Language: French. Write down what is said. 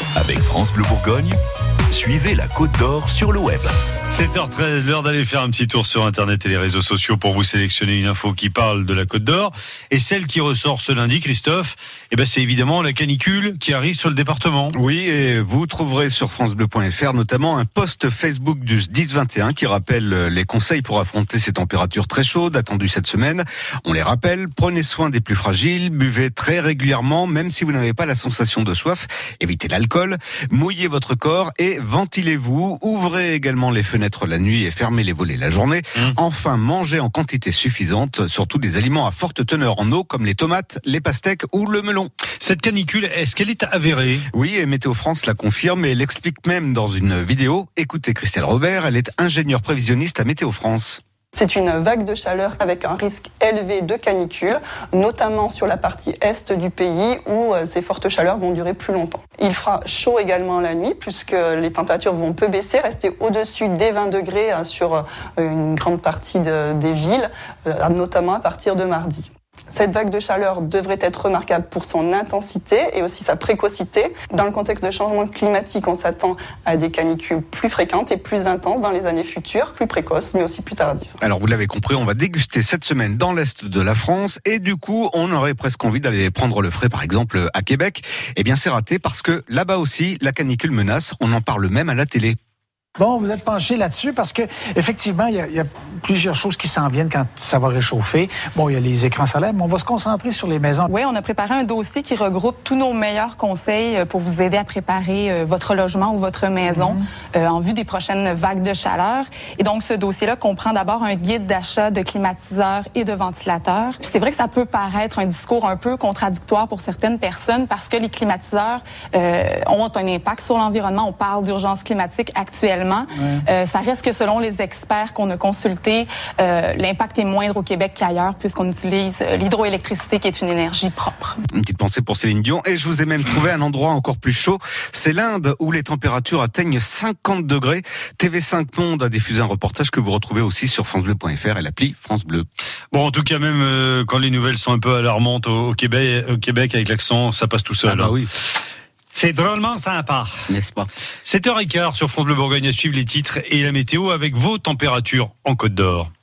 Avec France Bleu Bourgogne, suivez la Côte d'Or sur le web. 7h13, l'heure d'aller faire un petit tour sur Internet et les réseaux sociaux pour vous sélectionner une info qui parle de la Côte d'Or. Et celle qui ressort ce lundi, Christophe, c'est évidemment la canicule qui arrive sur le département. Oui, et vous trouverez sur francebleu.fr notamment un post Facebook du 10-21 qui rappelle les conseils pour affronter ces températures très chaudes attendues cette semaine. On les rappelle, prenez soin des plus fragiles, buvez très régulièrement, même si vous n'avez pas la sensation de soif, évitez l'alcool, mouillez votre corps et ventilez-vous, ouvrez également les fenêtres la nuit et fermez les volets la journée. Enfin, mangez en quantité suffisante, surtout des aliments à forte teneur en eau comme les tomates, les pastèques ou le melon. Cette canicule, est-ce qu'elle est avérée ? Oui, et Météo France la confirme et l'explique même dans une vidéo. Écoutez Christelle Robert, elle est ingénieure prévisionniste à Météo France. C'est une vague de chaleur avec un risque élevé de canicule, notamment sur la partie est du pays où ces fortes chaleurs vont durer plus longtemps. Il fera chaud également la nuit puisque les températures vont peu baisser, rester au-dessus des 20 degrés sur une grande partie des villes, notamment à partir de mardi. Cette vague de chaleur devrait être remarquable pour son intensité et aussi sa précocité. Dans le contexte de changement climatique, on s'attend à des canicules plus fréquentes et plus intenses dans les années futures, plus précoces mais aussi plus tardives. Alors vous l'avez compris, on va déguster cette semaine dans l'Est de la France et du coup on aurait presque envie d'aller prendre le frais par exemple à Québec. Eh bien c'est raté parce que là-bas aussi la canicule menace, on en parle même à la télé. Bon, vous êtes penché là-dessus parce que effectivement, il y a plusieurs choses qui s'en viennent quand ça va réchauffer. Bon, il y a les écrans solaires, mais on va se concentrer sur les maisons. Oui, on a préparé un dossier qui regroupe tous nos meilleurs conseils pour vous aider à préparer votre logement ou votre maison en vue des prochaines vagues de chaleur. Et donc, ce dossier-là comprend d'abord un guide d'achat de climatiseurs et de ventilateurs. Puis c'est vrai que ça peut paraître un discours un peu contradictoire pour certaines personnes parce que les climatiseurs ont un impact sur l'environnement. On parle d'urgence climatique actuellement. Ça reste que selon les experts qu'on a consultés, l'impact est moindre au Québec qu'ailleurs puisqu'on utilise l'hydroélectricité qui est une énergie propre. Une petite pensée pour Céline Dion. Et je vous ai même trouvé un endroit encore plus chaud. C'est l'Inde où les températures atteignent 50 degrés. TV5 Monde a diffusé un reportage que vous retrouvez aussi sur francebleu.fr et l'appli France Bleu. Bon, en tout cas, même quand les nouvelles sont un peu alarmantes au Québec avec l'accent, ça passe tout seul. Ah bah oui. C'est drôlement sympa. N'est-ce pas ? 7h15 sur France Bleu Bourgogne à suivre les titres et la météo avec vos températures en Côte d'Or.